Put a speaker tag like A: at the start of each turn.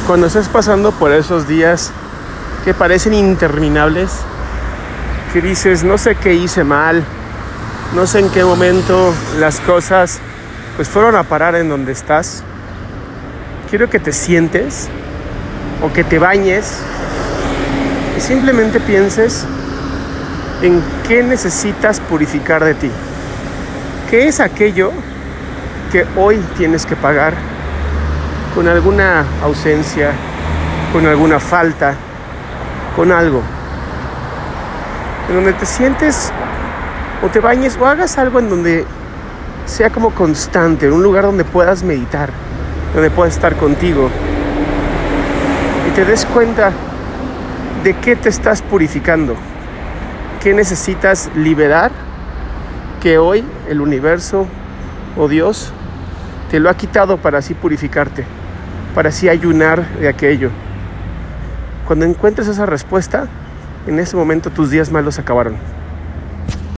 A: Cuando estás pasando por esos días que parecen interminables, que dices, no sé qué hice mal, no sé en qué momento las cosas pues fueron a parar en donde estás, quiero que te sientes o que te bañes y simplemente pienses en qué necesitas purificar de ti. ¿Qué es aquello que hoy tienes que pagar con alguna ausencia, con alguna falta, con algo? En donde te sientes o te bañes o hagas algo en donde sea como constante, en un lugar donde puedas meditar, donde puedas estar contigo y te des cuenta de qué te estás purificando, qué necesitas liberar, que hoy el universo o Dios te lo ha quitado para así purificarte, para así ayunar de aquello. Cuando encuentres esa respuesta, en ese momento tus días malos acabaron.